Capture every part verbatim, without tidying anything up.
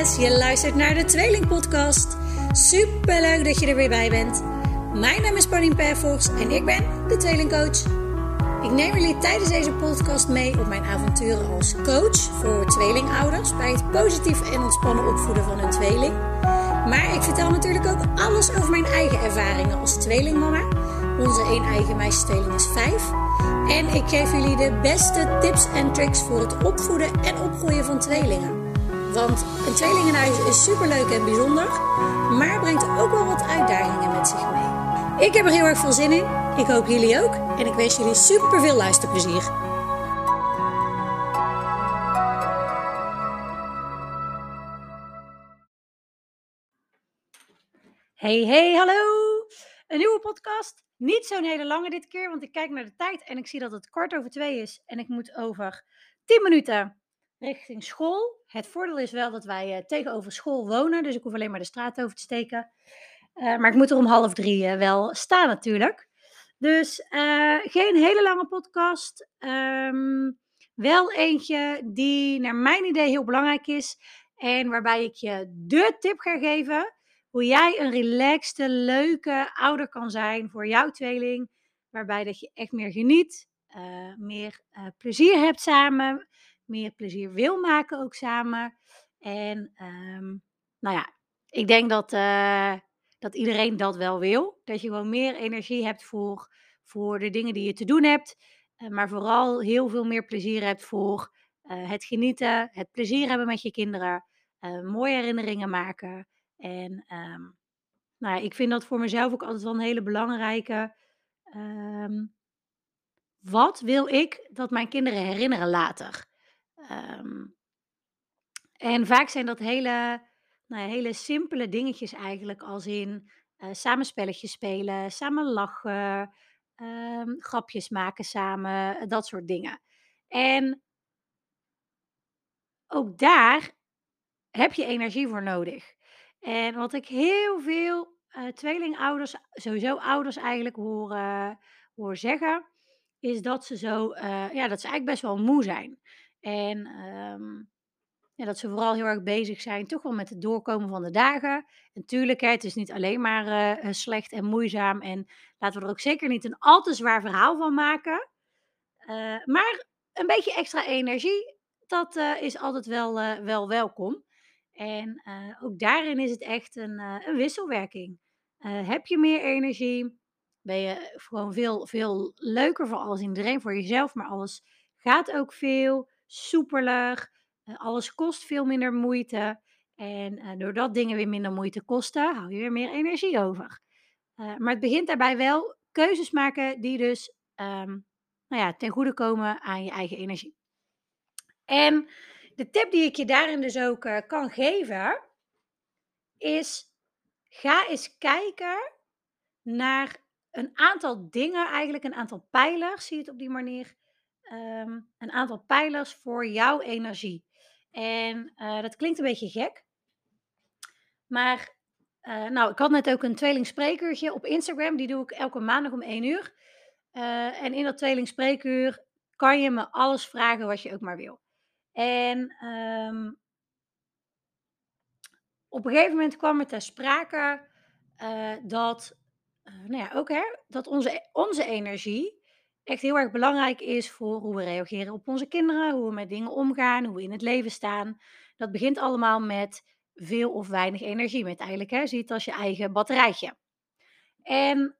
lieverd, je luistert naar de Tweeling Podcast. Super leuk dat je er weer bij bent. Mijn naam is Paulien Perfors en ik ben de Tweelingcoach. Ik neem jullie tijdens deze podcast mee op mijn avonturen als coach voor tweelingouders bij het positief en ontspannen opvoeden van hun tweeling. Maar ik vertel natuurlijk ook alles over mijn eigen ervaringen als tweelingmama. Onze één eigen meisjestweeling is vijf. En ik geef jullie de beste tips en tricks voor het opvoeden en opgroeien van tweelingen. Want een tweelingenhuis is superleuk en bijzonder, maar brengt ook wel wat uitdagingen met zich mee. Ik heb er heel erg veel zin in. Ik hoop jullie ook. En ik wens jullie super veel luisterplezier. Hey, hey, hallo! Een nieuwe podcast. Niet zo'n hele lange dit keer, want ik kijk naar de tijd en ik zie dat het kwart over twee is. En ik moet over tien minuten richting school. Het voordeel is wel dat wij uh, tegenover school wonen, dus ik hoef alleen maar de straat over te steken. Uh, maar ik moet er om half drie uh, wel staan natuurlijk. Dus uh, geen hele lange podcast. Um, wel eentje die naar mijn idee heel belangrijk is. En waarbij ik je de tip ga geven hoe jij een relaxte, leuke ouder kan zijn voor jouw tweeling. Waarbij dat je echt meer geniet, uh, meer uh, plezier hebt samen, meer plezier wil maken ook samen. En um, nou ja, ik denk dat, uh, dat iedereen dat wel wil. Dat je gewoon meer energie hebt voor, voor de dingen die je te doen hebt. Uh, maar vooral heel veel meer plezier hebt voor uh, het genieten, het plezier hebben met je kinderen, uh, mooie herinneringen maken. En um, nou ja, ik vind dat voor mezelf ook altijd wel een hele belangrijke. Um, wat wil ik dat mijn kinderen herinneren later? Um, en vaak zijn dat hele, nou ja, hele simpele dingetjes eigenlijk, als in uh, samen spelletjes spelen, samen lachen, um, grapjes maken samen, dat soort dingen. En ook daar heb je energie voor nodig. En wat ik heel veel uh, tweelingouders, sowieso ouders eigenlijk hoor, uh, hoor zeggen, is dat ze zo, uh, ja, dat ze eigenlijk best wel moe zijn. En um, ja, dat ze vooral heel erg bezig zijn, toch wel met het doorkomen van de dagen. En tuurlijk, hè, het is niet alleen maar uh, slecht en moeizaam. En laten we er ook zeker niet een al te zwaar verhaal van maken. Uh, maar een beetje extra energie, dat uh, is altijd wel, uh, wel welkom. En uh, ook daarin is het echt een, uh, een wisselwerking. Uh, heb je meer energie, ben je gewoon veel, veel leuker voor alles iedereen, voor jezelf. Maar alles gaat ook veel soepeler. Uh, alles kost veel minder moeite. En uh, doordat dingen weer minder moeite kosten, hou je weer meer energie over. Uh, maar het begint daarbij wel keuzes maken die dus um, nou ja, ten goede komen aan je eigen energie. En de tip die ik je daarin dus ook uh, kan geven, is ga eens kijken naar een aantal dingen, eigenlijk een aantal pijlers, zie je het op die manier, um, een aantal pijlers voor jouw energie. En uh, dat klinkt een beetje gek, maar uh, nou, ik had net ook een tweelingspreekuurtje op Instagram, die doe ik elke maandag om één uur. Uh, en in dat tweelingspreekuur kan je me alles vragen wat je ook maar wil. En um, op een gegeven moment kwam het ter sprake uh, dat, uh, nou ja, ook hè, dat onze, onze energie echt heel erg belangrijk is voor hoe we reageren op onze kinderen, hoe we met dingen omgaan, hoe we in het leven staan. Dat begint allemaal met veel of weinig energie. Met eigenlijk, hè, zie het als je eigen batterijtje. En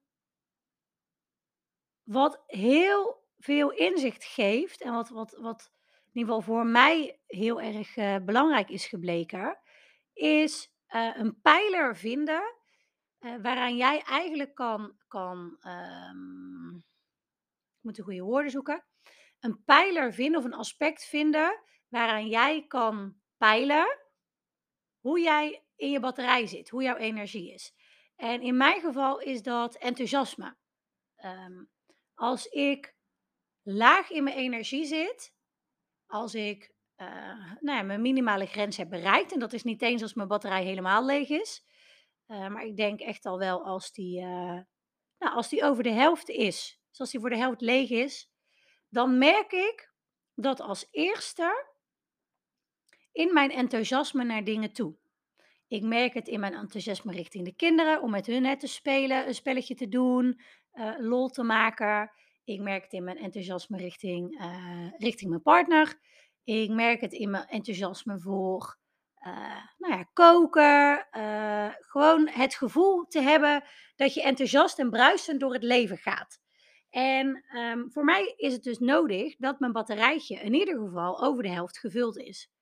wat heel veel inzicht geeft en wat, wat, wat in ieder geval voor mij heel erg uh, belangrijk is gebleken, is uh, een pijler vinden uh, waaraan jij eigenlijk kan, kan um, ik moet de goede woorden zoeken, een pijler vinden of een aspect vinden waaraan jij kan peilen hoe jij in je batterij zit, hoe jouw energie is. En in mijn geval is dat enthousiasme. Um, als ik laag in mijn energie zit, als ik uh, nou ja, mijn minimale grens heb bereikt, en dat is niet eens als mijn batterij helemaal leeg is, uh, maar ik denk echt al wel als die, uh, nou, als die over de helft is, dus als die voor de helft leeg is, dan merk ik dat als eerste in mijn enthousiasme naar dingen toe. Ik merk het in mijn enthousiasme richting de kinderen, om met hun hè, te spelen, een spelletje te doen, eh, lol te maken. Ik merk het in mijn enthousiasme richting, eh, richting mijn partner. Ik merk het in mijn enthousiasme voor eh, nou ja, koken. Eh, gewoon het gevoel te hebben dat je enthousiast en bruisend door het leven gaat. En ehm, voor mij is het dus nodig dat mijn batterijtje in ieder geval over de helft gevuld is.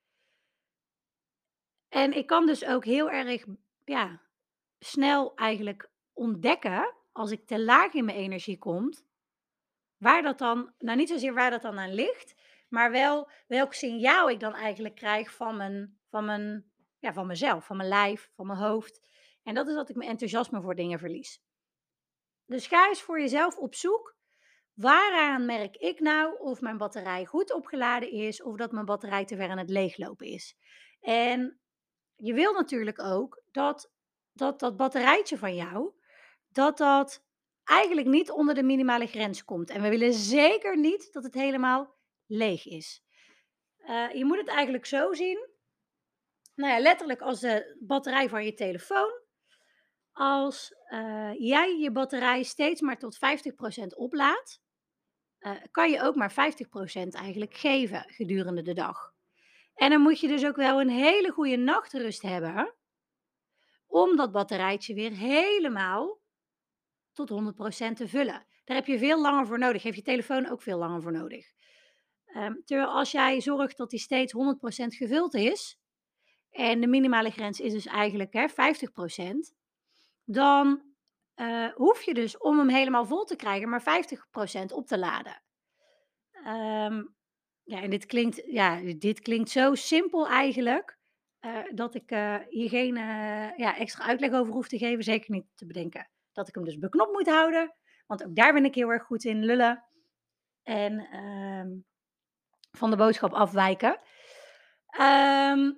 En ik kan dus ook heel erg, ja, snel eigenlijk ontdekken, als ik te laag in mijn energie kom, waar dat dan nou, niet zozeer waar dat dan aan ligt, maar wel welk signaal ik dan eigenlijk krijg van mijn van mijn ja, van mezelf, van mijn lijf, van mijn hoofd. En dat is dat ik mijn enthousiasme voor dingen verlies. Dus ga eens voor jezelf op zoek. Waaraan merk ik nou of mijn batterij goed opgeladen is of dat mijn batterij te ver aan het leeglopen is? En je wil natuurlijk ook dat dat, dat batterijtje van jou, dat dat eigenlijk niet onder de minimale grens komt. En we willen zeker niet dat het helemaal leeg is. Eh, je moet het eigenlijk zo zien, nou ja, letterlijk als de batterij van je telefoon. Als eh, jij je batterij steeds maar tot vijftig procent oplaadt, eh, kan je ook maar vijftig procent eigenlijk geven gedurende de dag. En dan moet je dus ook wel een hele goede nachtrust hebben om dat batterijtje weer helemaal tot honderd procent te vullen. Daar heb je veel langer voor nodig. Heeft je telefoon ook veel langer voor nodig. Ehm, terwijl als jij zorgt dat die steeds honderd procent gevuld is, en de minimale grens is dus eigenlijk hè, vijftig procent, dan eh, hoef je dus om hem helemaal vol te krijgen maar vijftig procent op te laden. Ehm, ja, en dit klinkt, ja, dit klinkt zo simpel eigenlijk, eh, dat ik eh, hier geen eh, ja, extra uitleg over hoef te geven. Zeker niet te bedenken dat ik hem dus beknopt moet houden. Want ook daar ben ik heel erg goed in lullen en ehm, van de boodschap afwijken. Ehm,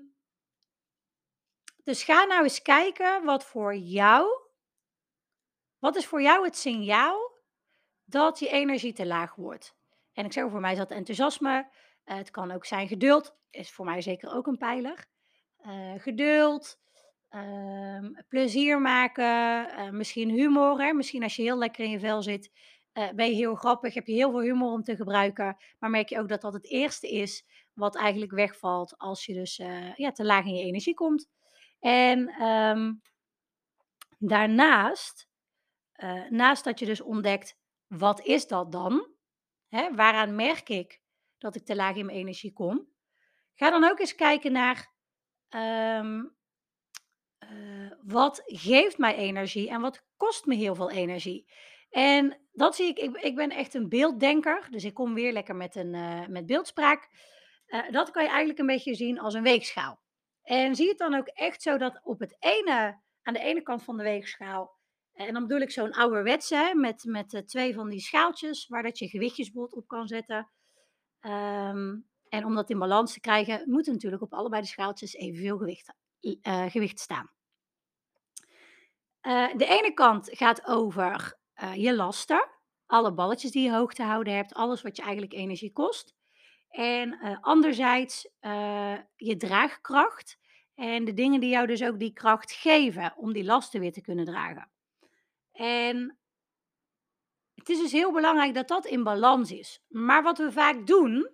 dus ga nou eens kijken wat voor jou, wat is voor jou het signaal dat je energie te laag wordt. En ik zeg voor mij is dat enthousiasme. Eh, het kan ook zijn geduld, is voor mij zeker ook een pijler. Eh, geduld, ehm, plezier maken, eh, misschien humor. Hè? Misschien als je heel lekker in je vel zit, eh, ben je heel grappig, heb je heel veel humor om te gebruiken. Maar merk je ook dat dat het eerste is wat eigenlijk wegvalt als je dus eh, ja, te laag in je energie komt. En ehm, daarnaast, eh, naast dat je dus ontdekt, wat is dat dan? Hè, waaraan merk ik dat ik te laag in mijn energie kom? Ga dan ook eens kijken naar, ehm, eh, wat geeft mij energie en wat kost me heel veel energie? En dat zie ik, ik, ik ben echt een beelddenker, dus ik kom weer lekker met, een, eh, met beeldspraak. Eh, dat kan je eigenlijk een beetje zien als een weegschaal. En zie het dan ook echt zo dat op het ene, aan de ene kant van de weegschaal, eh, en dan bedoel ik zo'n ouderwetse, hè, met, met eh, twee van die schaaltjes waar dat je gewichtjes bijvoorbeeld op kan zetten. Ehm, en om dat in balans te krijgen, moet er natuurlijk op allebei de schaaltjes evenveel gewicht, eh, gewicht staan. Eh, de ene kant gaat over eh, je lasten, alle balletjes die je hoog te houden hebt, alles wat je eigenlijk energie kost. En eh, anderzijds eh, je draagkracht en de dingen die jou dus ook die kracht geven om die lasten weer te kunnen dragen. En het is dus heel belangrijk dat dat in balans is. Maar wat we vaak doen,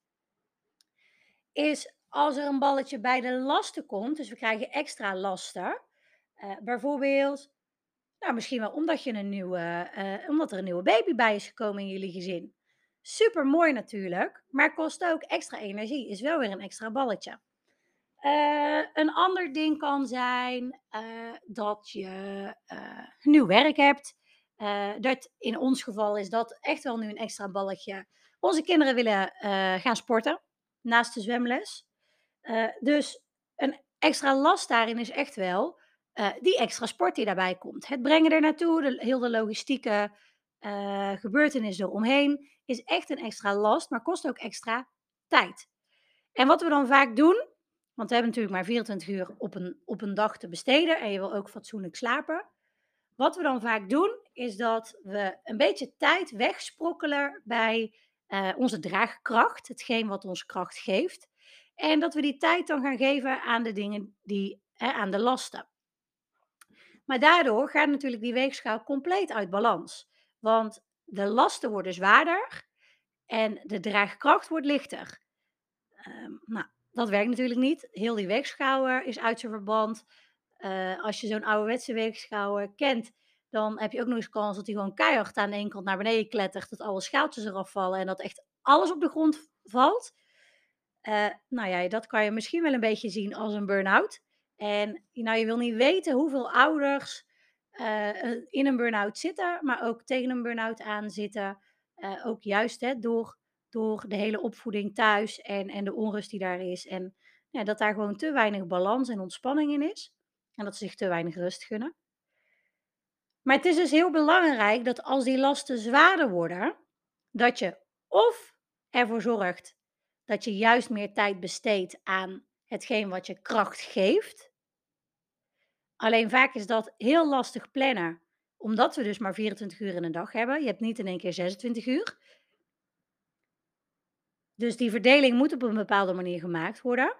is als er een balletje bij de lasten komt, dus we krijgen extra lasten, eh, bijvoorbeeld nou, misschien wel omdat je een nieuwe, eh, omdat er een nieuwe baby bij is gekomen in jullie gezin. Super mooi natuurlijk, maar kost ook extra energie. Is wel weer een extra balletje. Eh, een ander ding kan zijn eh, dat je eh, nieuw werk hebt. Eh, dat in ons geval is dat echt wel nu een extra balletje. Onze kinderen willen eh, gaan sporten naast de zwemles. Eh, dus een extra last daarin is echt wel eh, die extra sport die daarbij komt. Het brengen er naartoe, de, heel de logistieke eh gebeurtenis eromheen, is echt een extra last, maar kost ook extra tijd. En wat we dan vaak doen, want we hebben natuurlijk maar vierentwintig uur op een, op een dag te besteden en je wil ook fatsoenlijk slapen. Wat we dan vaak doen, is dat we een beetje tijd wegsprokkelen bij eh, onze draagkracht, hetgeen wat ons kracht geeft. En dat we die tijd dan gaan geven aan de dingen die hè, aan de lasten. Maar daardoor gaat natuurlijk die weegschaal compleet uit balans. Want de lasten worden zwaarder en de draagkracht wordt lichter. Ehm, nou, dat werkt natuurlijk niet. Heel die weegschaal eh, is uit zijn verband. Eh, als je zo'n ouderwetse weegschaal eh, kent, dan heb je ook nog eens kans dat hij gewoon keihard aan de ene kant naar beneden klettert, dat alle schaaltjes eraf vallen en dat echt alles op de grond valt. Eh, nou ja, dat kan je misschien wel een beetje zien als een burn-out. En nou, je wil niet weten hoeveel ouders eh, eh, in een burn-out zitten, maar ook tegen een burn-out aan zitten. Eh, ook juist hè, door, door de hele opvoeding thuis en, en de onrust die daar is. En ja, dat daar gewoon te weinig balans en ontspanning in is. En dat ze zich te weinig rust gunnen. Maar het is dus heel belangrijk dat als die lasten zwaarder worden, dat je of ervoor zorgt dat je juist meer tijd besteedt aan hetgeen wat je kracht geeft. Alleen vaak is dat heel lastig plannen, omdat we dus maar vierentwintig uur in een dag hebben. Je hebt niet in één keer zesentwintig uur. Dus die verdeling moet op een bepaalde manier gemaakt worden.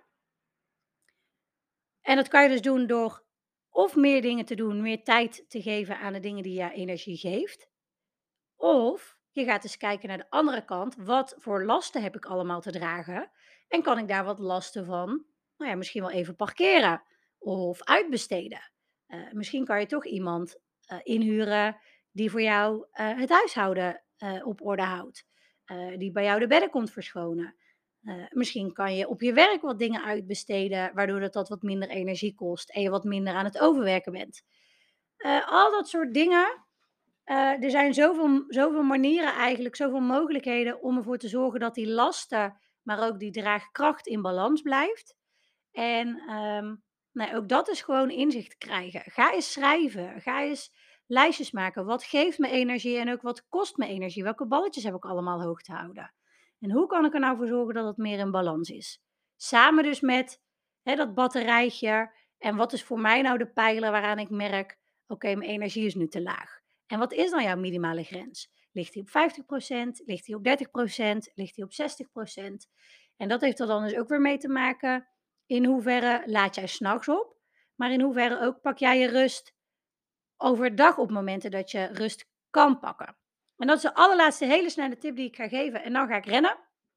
En dat kan je dus doen door of meer dingen te doen, meer tijd te geven aan de dingen die je energie geeft. Of je gaat eens kijken naar de andere kant. Wat voor lasten heb ik allemaal te dragen? En kan ik daar wat lasten van, nou ja, misschien wel even parkeren of uitbesteden? Eh, misschien kan je toch iemand eh, inhuren die voor jou eh, het huishouden eh, op orde houdt. Eh, die bij jou de bedden komt verschonen. Eh, misschien kan je op je werk wat dingen uitbesteden, waardoor dat, dat wat minder energie kost en je wat minder aan het overwerken bent. Eh, al dat soort dingen. Eh, er zijn zoveel, zoveel manieren eigenlijk, zoveel mogelijkheden om ervoor te zorgen dat die lasten, maar ook die draagkracht in balans blijft. En ehm, nou, ook dat is gewoon inzicht krijgen. Ga eens schrijven. Ga eens lijstjes maken. Wat geeft me energie en ook wat kost me energie? Welke balletjes heb ik allemaal hoog te houden? En hoe kan ik er nou voor zorgen dat het meer in balans is? Samen dus met hè, dat batterijtje. En wat is voor mij nou de pijler waaraan ik merk, oké, mijn energie is nu te laag. En wat is dan jouw minimale grens? Ligt die op vijftig procent? Ligt die op dertig procent? Ligt die op zestig procent? En dat heeft er dan dus ook weer mee te maken in hoeverre laat jij s'nachts op, maar in hoeverre ook pak jij je rust overdag op momenten dat je rust kan pakken. En dat is de allerlaatste hele snelle tip die ik ga geven en dan ga ik rennen.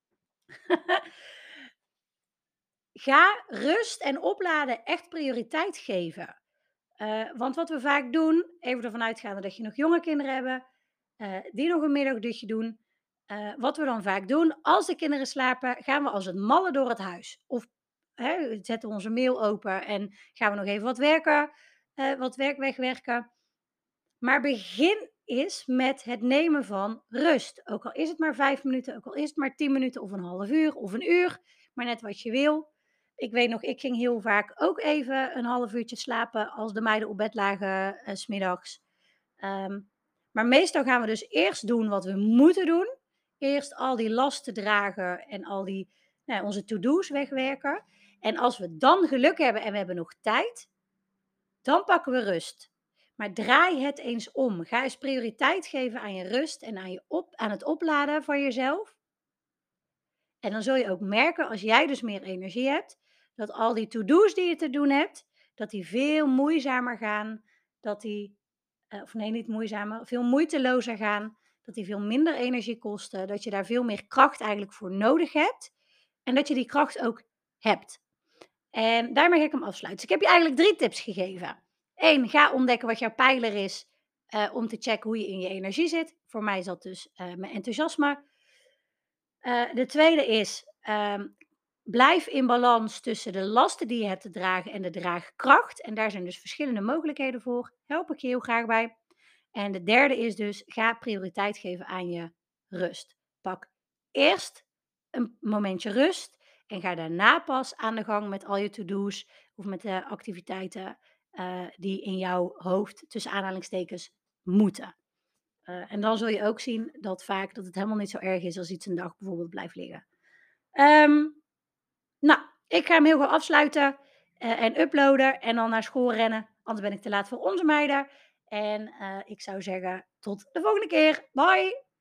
Ga rust en opladen echt prioriteit geven. Eh, want wat we vaak doen, even ervan uitgaande dat je nog jonge kinderen hebben, eh, die nog een middagdutje doen. Eh, wat we dan vaak doen, als de kinderen slapen, gaan we als het malle door het huis. Of hè, zetten we onze mail open en gaan we nog even wat werken, eh, wat werk wegwerken. Maar begin eens met het nemen van rust. Ook al is het maar vijf minuten, ook al is het maar tien minuten of een half uur of een uur, maar net wat je wil. Ik weet nog, ik ging heel vaak ook even een half uurtje slapen als de meiden op bed lagen, eh, 's middags. Ehm, maar meestal gaan we dus eerst doen wat we moeten doen. Eerst al die lasten dragen en al die, nou ja, onze to-do's wegwerken. En als we dan geluk hebben en we hebben nog tijd, dan pakken we rust. Maar draai het eens om. Ga eens prioriteit geven aan je rust en aan, je op, aan het opladen van jezelf. En dan zul je ook merken, als jij dus meer energie hebt, dat al die to-do's die je te doen hebt, dat die veel moeizamer gaan. Dat die, eh, of nee, niet moeizamer, veel moeitelozer gaan. Dat die veel minder energie kosten. Dat je daar veel meer kracht eigenlijk voor nodig hebt. En dat je die kracht ook hebt. En daarmee ga ik hem afsluiten. Dus ik heb je eigenlijk drie tips gegeven. Eén, ga ontdekken wat jouw pijler is eh, om te checken hoe je in je energie zit. Voor mij is dat dus eh, mijn enthousiasme. Eh, de tweede is, ehm, blijf in balans tussen de lasten die je hebt te dragen en de draagkracht. En daar zijn dus verschillende mogelijkheden voor. Help ik je heel graag bij. En de derde is dus, ga prioriteit geven aan je rust. Pak eerst een momentje rust en ga daarna pas aan de gang met al je to-do's of met de activiteiten eh, die in jouw hoofd tussen aanhalingstekens moeten. Eh, en dan zul je ook zien dat vaak dat het helemaal niet zo erg is als iets een dag bijvoorbeeld blijft liggen. Ehm, nou, ik ga hem heel gauw afsluiten eh, en uploaden en dan naar school rennen. Anders ben ik te laat voor onze meiden. En eh, ik zou zeggen, tot de volgende keer. Bye!